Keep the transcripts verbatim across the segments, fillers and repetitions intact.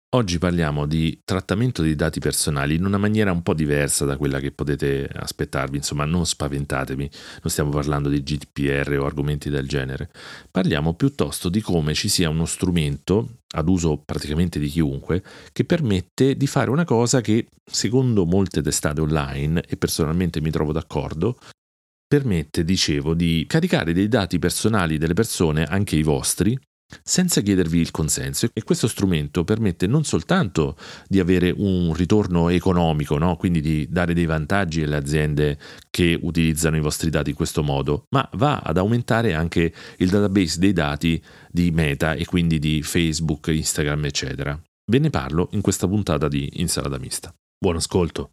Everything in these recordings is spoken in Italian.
Oggi parliamo di trattamento dei dati personali in una maniera un po' diversa da quella che potete aspettarvi, insomma non spaventatevi, non stiamo parlando di G D P R o argomenti del genere, parliamo piuttosto di come ci sia uno strumento, ad uso praticamente di chiunque, che permette di fare una cosa che, secondo molte testate online, e personalmente mi trovo d'accordo, permette, dicevo, di caricare dei dati personali delle persone, anche i vostri, senza chiedervi il consenso. E questo strumento permette non soltanto di avere un ritorno economico, no? Quindi di dare dei vantaggi alle aziende che utilizzano i vostri dati in questo modo, ma va ad aumentare anche il database dei dati di Meta e quindi di Facebook, Instagram, eccetera. Ve ne parlo in questa puntata di Insalata Mista. Buon ascolto!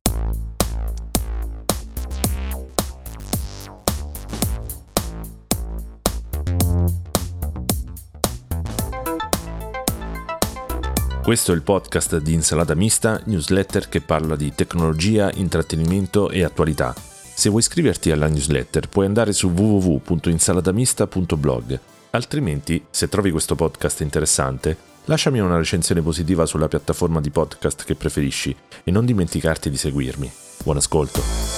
Questo è il podcast di Insalata Mista, newsletter che parla di tecnologia, intrattenimento e attualità. Se vuoi iscriverti alla newsletter puoi andare su w w w punto insalatamista punto blog. Altrimenti, se trovi questo podcast interessante, lasciami una recensione positiva sulla piattaforma di podcast che preferisci e non dimenticarti di seguirmi. Buon ascolto!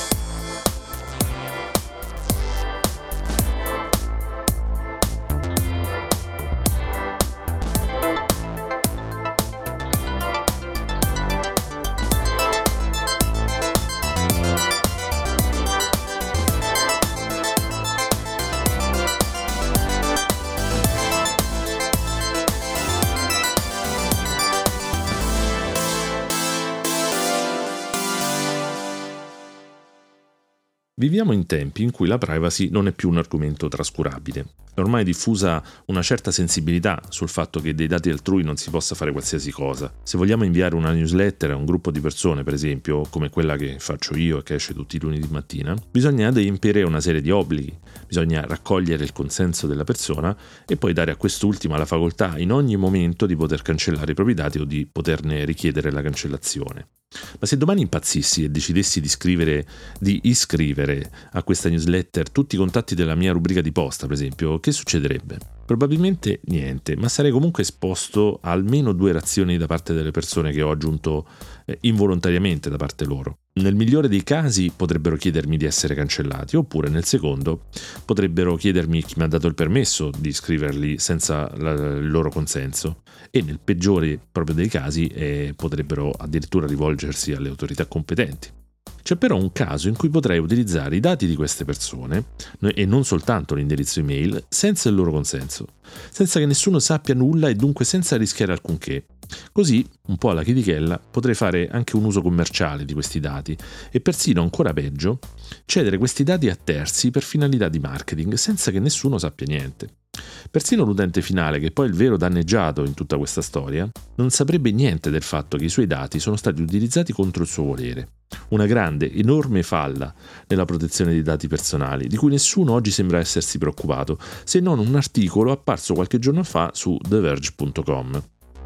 Viviamo in tempi in cui la privacy non è più un argomento trascurabile. È ormai diffusa una certa sensibilità sul fatto che dei dati altrui non si possa fare qualsiasi cosa. Se vogliamo inviare una newsletter a un gruppo di persone, per esempio, come quella che faccio io e che esce tutti i lunedì mattina, bisogna adempiere una serie di obblighi. Bisogna raccogliere il consenso della persona e poi dare a quest'ultima la facoltà in ogni momento di poter cancellare i propri dati o di poterne richiedere la cancellazione. Ma se domani impazzissi e decidessi di scrivere, di iscrivere a questa newsletter tutti i contatti della mia rubrica di posta, per esempio, che succederebbe? Probabilmente niente, ma sarei comunque esposto a almeno due reazioni da parte delle persone che ho aggiunto eh, involontariamente da parte loro. Nel migliore dei casi potrebbero chiedermi di essere cancellati, oppure nel secondo potrebbero chiedermi chi mi ha dato il permesso di iscriverli senza la, il loro consenso, e nel peggiore proprio dei casi eh, potrebbero addirittura rivolgersi alle autorità competenti. C'è però un caso in cui potrei utilizzare i dati di queste persone, e non soltanto l'indirizzo email, senza il loro consenso, senza che nessuno sappia nulla e dunque senza rischiare alcunché. Così, un po' alla chitichella, potrei fare anche un uso commerciale di questi dati e persino, ancora peggio, cedere questi dati a terzi per finalità di marketing senza che nessuno sappia niente. Persino l'utente finale, che poi è il vero danneggiato in tutta questa storia, non saprebbe niente del fatto che i suoi dati sono stati utilizzati contro il suo volere. Una grande, enorme falla nella protezione dei dati personali, di cui nessuno oggi sembra essersi preoccupato, se non un articolo apparso qualche giorno fa su the verge punto com.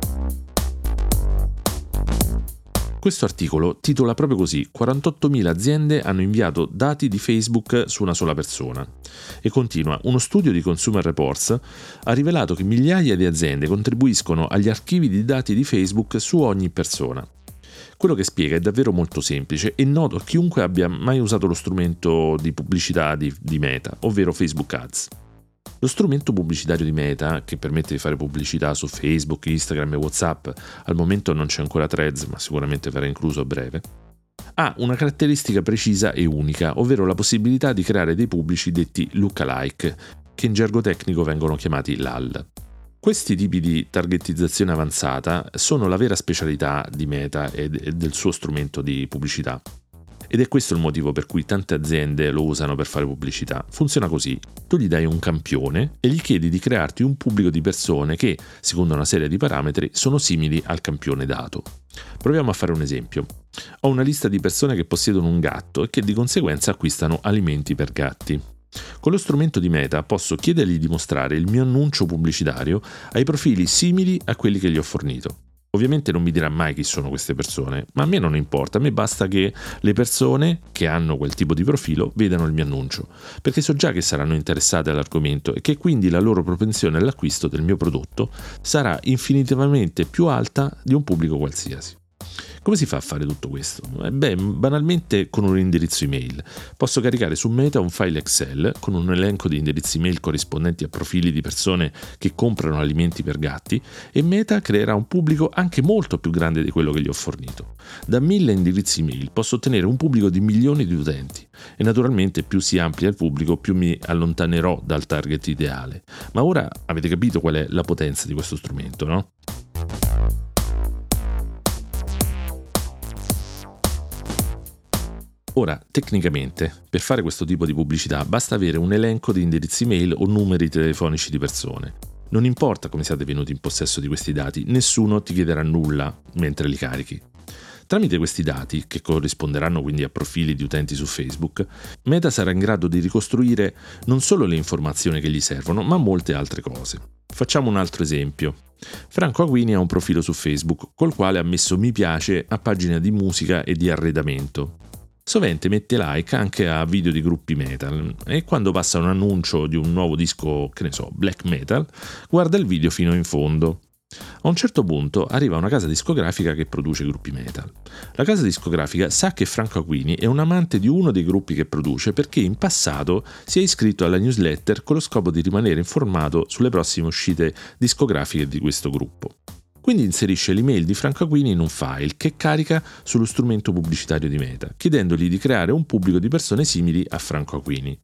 Questo articolo titola proprio così: quarantottomila aziende hanno inviato dati di Facebook su una sola persona. E continua: uno studio di Consumer Reports ha rivelato che migliaia di aziende contribuiscono agli archivi di dati di Facebook su ogni persona. Quello che spiega è davvero molto semplice e noto a chiunque abbia mai usato lo strumento di pubblicità di, di Meta, ovvero Facebook Ads. Lo strumento pubblicitario di Meta, che permette di fare pubblicità su Facebook, Instagram e WhatsApp, al momento non c'è ancora Threads, ma sicuramente verrà incluso a breve, ha una caratteristica precisa e unica, ovvero la possibilità di creare dei pubblici detti lookalike, che in gergo tecnico vengono chiamati L A L. Questi tipi di targetizzazione avanzata sono la vera specialità di Meta e del suo strumento di pubblicità. Ed è questo il motivo per cui tante aziende lo usano per fare pubblicità. Funziona così: tu gli dai un campione e gli chiedi di crearti un pubblico di persone che, secondo una serie di parametri, sono simili al campione dato. Proviamo a fare un esempio. Ho una lista di persone che possiedono un gatto e che di conseguenza acquistano alimenti per gatti. Con lo strumento di Meta posso chiedergli di mostrare il mio annuncio pubblicitario ai profili simili a quelli che gli ho fornito. Ovviamente non mi dirà mai chi sono queste persone, ma a me non importa, a me basta che le persone che hanno quel tipo di profilo vedano il mio annuncio, perché so già che saranno interessate all'argomento e che quindi la loro propensione all'acquisto del mio prodotto sarà infinitivamente più alta di un pubblico qualsiasi. Come si fa a fare tutto questo? Beh, banalmente con un indirizzo email. Posso caricare su Meta un file Excel con un elenco di indirizzi email corrispondenti a profili di persone che comprano alimenti per gatti e Meta creerà un pubblico anche molto più grande di quello che gli ho fornito. Da mille indirizzi email posso ottenere un pubblico di milioni di utenti e naturalmente più si amplia il pubblico più mi allontanerò dal target ideale. Ma ora avete capito qual è la potenza di questo strumento, no? Ora, tecnicamente, per fare questo tipo di pubblicità basta avere un elenco di indirizzi email o numeri telefonici di persone. Non importa come siate venuti in possesso di questi dati, nessuno ti chiederà nulla mentre li carichi. Tramite questi dati, che corrisponderanno quindi a profili di utenti su Facebook, Meta sarà in grado di ricostruire non solo le informazioni che gli servono, ma molte altre cose. Facciamo un altro esempio. Franco Aquini ha un profilo su Facebook col quale ha messo mi piace a pagine di musica e di arredamento. Sovente mette like anche a video di gruppi metal e quando passa un annuncio di un nuovo disco, che ne so, black metal, guarda il video fino in fondo. A un certo punto arriva una casa discografica che produce gruppi metal. La casa discografica sa che Franco Aquini è un amante di uno dei gruppi che produce perché in passato si è iscritto alla newsletter con lo scopo di rimanere informato sulle prossime uscite discografiche di questo gruppo. Quindi inserisce l'email di Franco Aquini in un file che carica sullo strumento pubblicitario di Meta, chiedendogli di creare un pubblico di persone simili a Franco Aquini.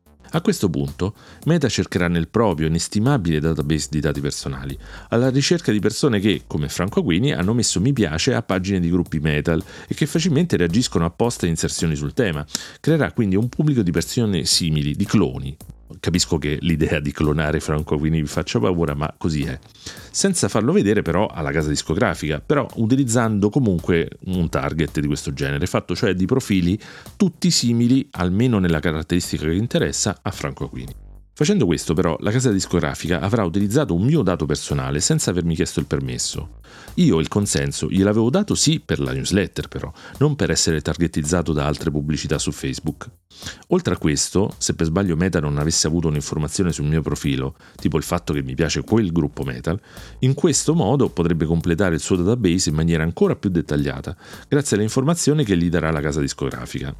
A questo punto, Meta cercherà nel proprio inestimabile database di dati personali, alla ricerca di persone che, come Franco Aquini, hanno messo mi piace a pagine di gruppi metal e che facilmente reagiscono a post e inserzioni sul tema. Creerà quindi un pubblico di persone simili, di cloni. Capisco che l'idea di clonare Franco Aquini vi faccia paura, ma così è. Senza farlo vedere però alla casa discografica, però utilizzando comunque un target di questo genere, fatto cioè di profili tutti simili, almeno nella caratteristica che interessa, a Franco Aquini. Facendo questo però la casa discografica avrà utilizzato un mio dato personale senza avermi chiesto il permesso. Io il consenso gliel'avevo dato sì per la newsletter però, non per essere targetizzato da altre pubblicità su Facebook. Oltre a questo, se per sbaglio Meta non avesse avuto un'informazione sul mio profilo, tipo il fatto che mi piace quel gruppo metal, in questo modo potrebbe completare il suo database in maniera ancora più dettagliata, grazie alle informazioni che gli darà la casa discografica.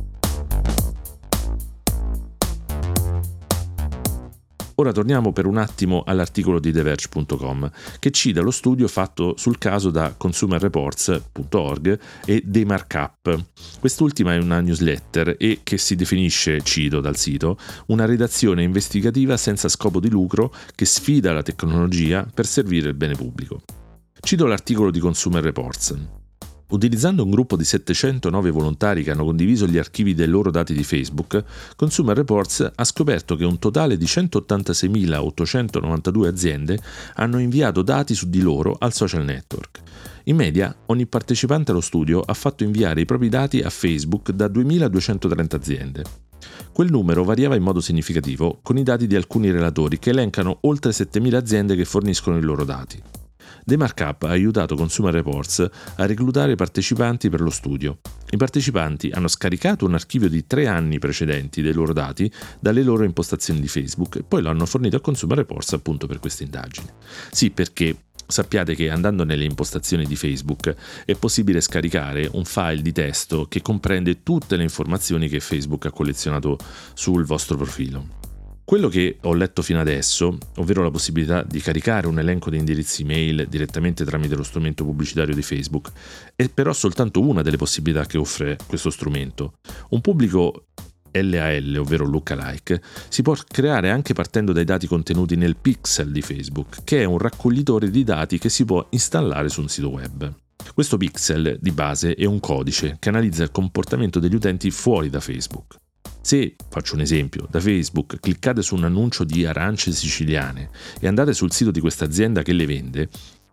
Ora torniamo per un attimo all'articolo di The Verge punto com che cita lo studio fatto sul caso da consumer reports punto org e The Markup. Quest'ultima è una newsletter e che si definisce, cito dal sito, una redazione investigativa senza scopo di lucro che sfida la tecnologia per servire il bene pubblico. Cito l'articolo di Consumer Reports. Utilizzando un gruppo di settecentonove volontari che hanno condiviso gli archivi dei loro dati di Facebook, Consumer Reports ha scoperto che un totale di centottantaseimilaottocentonovantadue aziende hanno inviato dati su di loro al social network. In media, ogni partecipante allo studio ha fatto inviare i propri dati a Facebook da duemiladuecentotrenta aziende. Quel numero variava in modo significativo con i dati di alcuni relatori che elencano oltre settemila aziende che forniscono i loro dati. The Markup ha aiutato Consumer Reports a reclutare i partecipanti per lo studio. I partecipanti hanno scaricato un archivio di tre anni precedenti dei loro dati dalle loro impostazioni di Facebook e poi lo hanno fornito a Consumer Reports appunto per questa indagine. Sì, perché sappiate che andando nelle impostazioni di Facebook è possibile scaricare un file di testo che comprende tutte le informazioni che Facebook ha collezionato sul vostro profilo. Quello che ho letto fino adesso, ovvero la possibilità di caricare un elenco di indirizzi email direttamente tramite lo strumento pubblicitario di Facebook, è però soltanto una delle possibilità che offre questo strumento. Un pubblico L A L, ovvero lookalike, si può creare anche partendo dai dati contenuti nel pixel di Facebook, che è un raccoglitore di dati che si può installare su un sito web. Questo pixel, di base, è un codice che analizza il comportamento degli utenti fuori da Facebook. Se, faccio un esempio, da Facebook cliccate su un annuncio di arance siciliane e andate sul sito di questa azienda che le vende,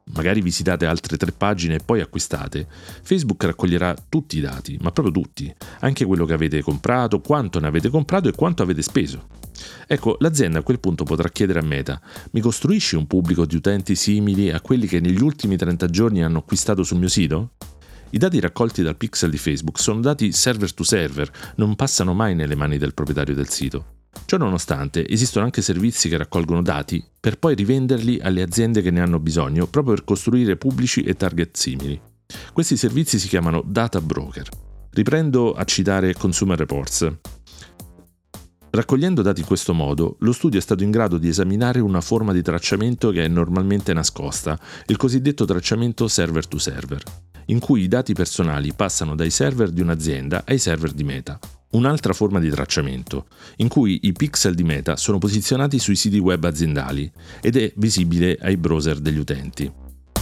magari visitate altre tre pagine e poi acquistate, Facebook raccoglierà tutti i dati, ma proprio tutti, anche quello che avete comprato, quanto ne avete comprato e quanto avete speso. Ecco, l'azienda a quel punto potrà chiedere a Meta: mi costruisci un pubblico di utenti simili a quelli che negli ultimi trenta giorni hanno acquistato sul mio sito? I dati raccolti dal pixel di Facebook sono dati server to server, non passano mai nelle mani del proprietario del sito. Ciò nonostante, esistono anche servizi che raccolgono dati per poi rivenderli alle aziende che ne hanno bisogno, proprio per costruire pubblici e target simili. Questi servizi si chiamano data broker. Riprendo a citare Consumer Reports. Raccogliendo dati in questo modo, lo studio è stato in grado di esaminare una forma di tracciamento che è normalmente nascosta, il cosiddetto tracciamento server to server, in cui i dati personali passano dai server di un'azienda ai server di Meta. Un'altra forma di tracciamento, in cui i pixel di Meta sono posizionati sui siti web aziendali ed è visibile ai browser degli utenti.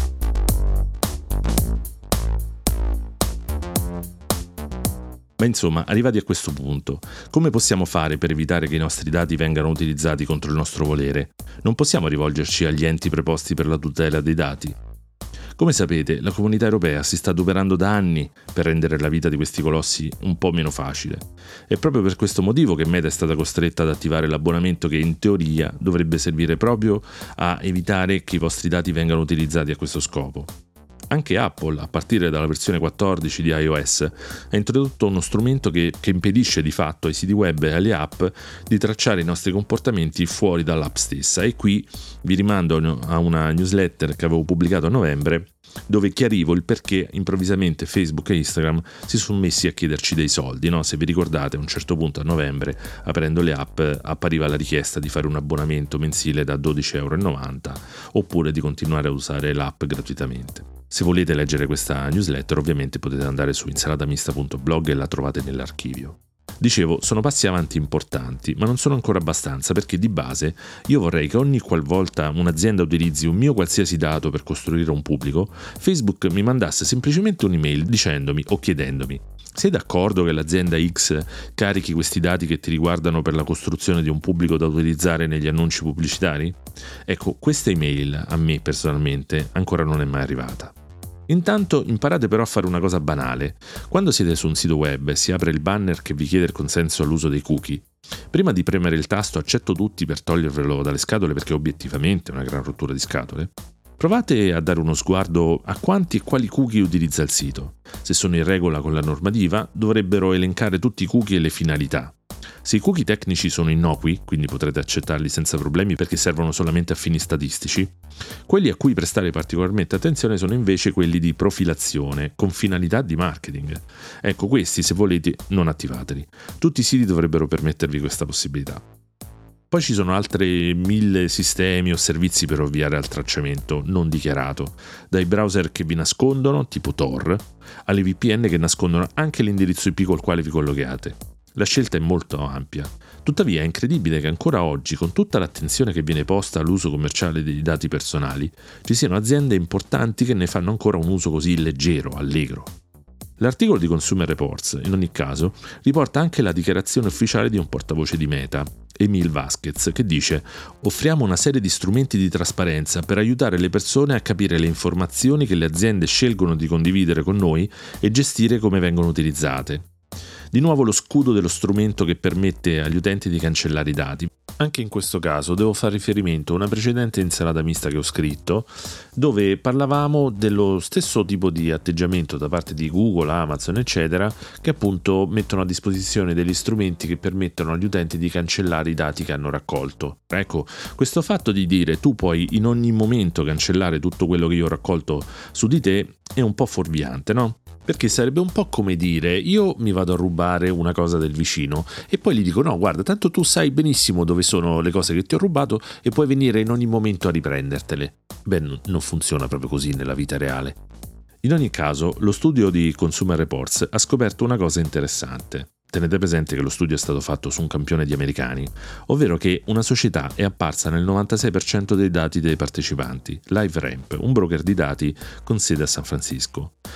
Ma insomma, arrivati a questo punto, come possiamo fare per evitare che i nostri dati vengano utilizzati contro il nostro volere? Non possiamo rivolgerci agli enti preposti per la tutela dei dati? Come sapete, la comunità europea si sta adoperando da anni per rendere la vita di questi colossi un po' meno facile. È proprio per questo motivo che Meta è stata costretta ad attivare l'abbonamento che in teoria dovrebbe servire proprio a evitare che i vostri dati vengano utilizzati a questo scopo. Anche Apple, a partire dalla versione quattordici di iOS, ha introdotto uno strumento che, che impedisce di fatto ai siti web e alle app di tracciare i nostri comportamenti fuori dall'app stessa. E qui vi rimando a una newsletter che avevo pubblicato a novembre, dove chiarivo il perché improvvisamente Facebook e Instagram si sono messi a chiederci dei soldi, no? Se vi ricordate, a un certo punto a novembre, aprendo le app, appariva la richiesta di fare un abbonamento mensile da dodici virgola novanta euro oppure di continuare a usare l'app gratuitamente. Se volete leggere questa newsletter, ovviamente potete andare su insalatamista punto blog e la trovate nell'archivio. Dicevo, sono passi avanti importanti, ma non sono ancora abbastanza, perché di base io vorrei che ogni qualvolta un'azienda utilizzi un mio qualsiasi dato per costruire un pubblico, Facebook mi mandasse semplicemente un'email dicendomi o chiedendomi: sei d'accordo che l'azienda X carichi questi dati che ti riguardano per la costruzione di un pubblico da utilizzare negli annunci pubblicitari? Ecco, questa email a me personalmente ancora non è mai arrivata. Intanto imparate però a fare una cosa banale. Quando siete su un sito web e si apre il banner che vi chiede il consenso all'uso dei cookie, prima di premere il tasto accetto tutti per togliervelo dalle scatole, perché obiettivamente è una gran rottura di scatole, provate a dare uno sguardo a quanti e quali cookie utilizza il sito. Se sono in regola con la normativa, dovrebbero elencare tutti i cookie e le finalità. Se i cookie tecnici sono innocui, quindi potrete accettarli senza problemi perché servono solamente a fini statistici, quelli a cui prestare particolarmente attenzione sono invece quelli di profilazione, con finalità di marketing. Ecco, questi, se volete, non attivateli. Tutti i siti dovrebbero permettervi questa possibilità. Poi ci sono altri mille sistemi o servizi per ovviare al tracciamento non dichiarato, dai browser che vi nascondono, tipo Tor, alle V P N che nascondono anche l'indirizzo I P col quale vi collegate. La scelta è molto ampia. Tuttavia è incredibile che ancora oggi, con tutta l'attenzione che viene posta all'uso commerciale dei dati personali, ci siano aziende importanti che ne fanno ancora un uso così leggero, allegro. L'articolo di Consumer Reports, in ogni caso, riporta anche la dichiarazione ufficiale di un portavoce di Meta, Emil Vasquez, che dice: offriamo una serie di strumenti di trasparenza per aiutare le persone a capire le informazioni che le aziende scelgono di condividere con noi e gestire come vengono utilizzate. Di nuovo lo scudo dello strumento che permette agli utenti di cancellare i dati. Anche in questo caso devo fare riferimento a una precedente insalata mista che ho scritto, dove parlavamo dello stesso tipo di atteggiamento da parte di Google, Amazon, eccetera, che appunto mettono a disposizione degli strumenti che permettono agli utenti di cancellare i dati che hanno raccolto. Ecco, questo fatto di dire tu puoi in ogni momento cancellare tutto quello che io ho raccolto su di te è un po' fuorviante, no? Perché sarebbe un po' come dire: io mi vado a rubare una cosa del vicino e poi gli dico: no, guarda, tanto tu sai benissimo dove sono le cose che ti ho rubato e puoi venire in ogni momento a riprendertele. Beh, n- non funziona proprio così nella vita reale. In ogni caso, lo studio di Consumer Reports ha scoperto una cosa interessante. Tenete presente che lo studio è stato fatto su un campione di americani, ovvero che una società è apparsa nel novantasei per cento dei dati dei partecipanti, LiveRamp, un broker di dati con sede a San Francisco.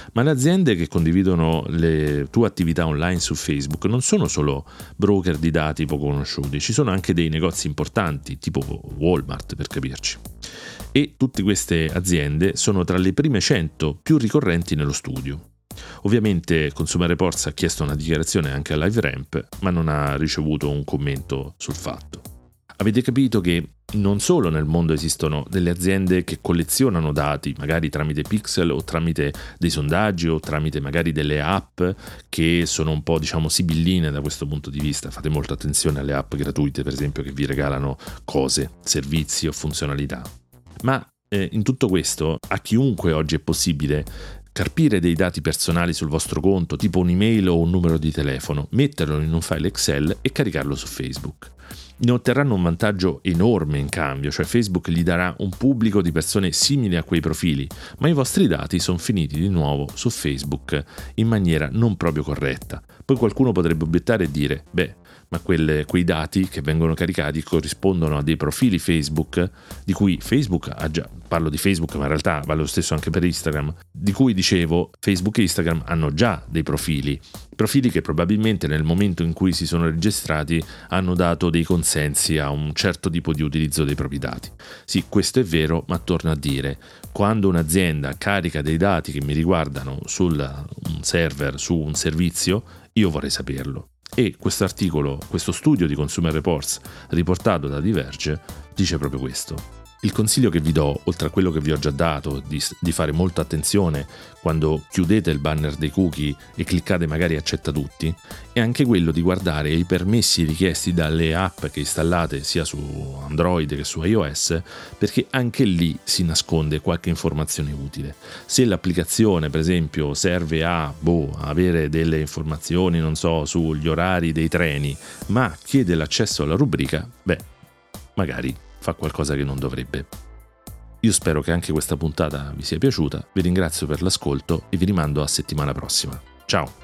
Ma le aziende che condividono le tue attività online su Facebook non sono solo broker di dati poco conosciuti, ci sono anche dei negozi importanti, tipo Walmart per capirci. E tutte queste aziende sono tra le prime cento più ricorrenti nello studio. Ovviamente Consumer Reports ha chiesto una dichiarazione anche a LiveRamp, ma non ha ricevuto un commento sul fatto. Avete capito che non solo nel mondo esistono delle aziende che collezionano dati, magari tramite pixel o tramite dei sondaggi o tramite magari delle app che sono un po', diciamo, sibilline da questo punto di vista. Fate molta attenzione alle app gratuite, per esempio, che vi regalano cose, servizi o funzionalità. Ma eh, in tutto questo a chiunque oggi è possibile carpire dei dati personali sul vostro conto, tipo un'email o un numero di telefono, metterlo in un file Excel e caricarlo su Facebook. Ne otterranno un vantaggio enorme in cambio, cioè Facebook gli darà un pubblico di persone simili a quei profili, ma i vostri dati sono finiti di nuovo su Facebook in maniera non proprio corretta. Poi qualcuno potrebbe obiettare e dire, beh, ma quelle, quei dati che vengono caricati corrispondono a dei profili Facebook, di cui Facebook ha già, parlo di Facebook ma in realtà vale lo stesso anche per Instagram, di cui dicevo Facebook e Instagram hanno già dei profili, profili che probabilmente nel momento in cui si sono registrati hanno dato dei consensi a un certo tipo di utilizzo dei propri dati. Sì, questo è vero, ma torno a dire, quando un'azienda carica dei dati che mi riguardano su un server, su un servizio, io vorrei saperlo. E questo articolo, questo studio di Consumer Reports riportato da Diverge dice proprio questo. Il consiglio che vi do, oltre a quello che vi ho già dato, di, di fare molta attenzione quando chiudete il banner dei cookie e cliccate magari accetta tutti, è anche quello di guardare i permessi richiesti dalle app che installate sia su Android che su iOS, perché anche lì si nasconde qualche informazione utile. Se l'applicazione, per esempio, serve a boh, avere delle informazioni, non so, sugli orari dei treni, ma chiede l'accesso alla rubrica, beh, magari fa qualcosa che non dovrebbe. Io spero che anche questa puntata vi sia piaciuta, vi ringrazio per l'ascolto e vi rimando a settimana prossima. Ciao!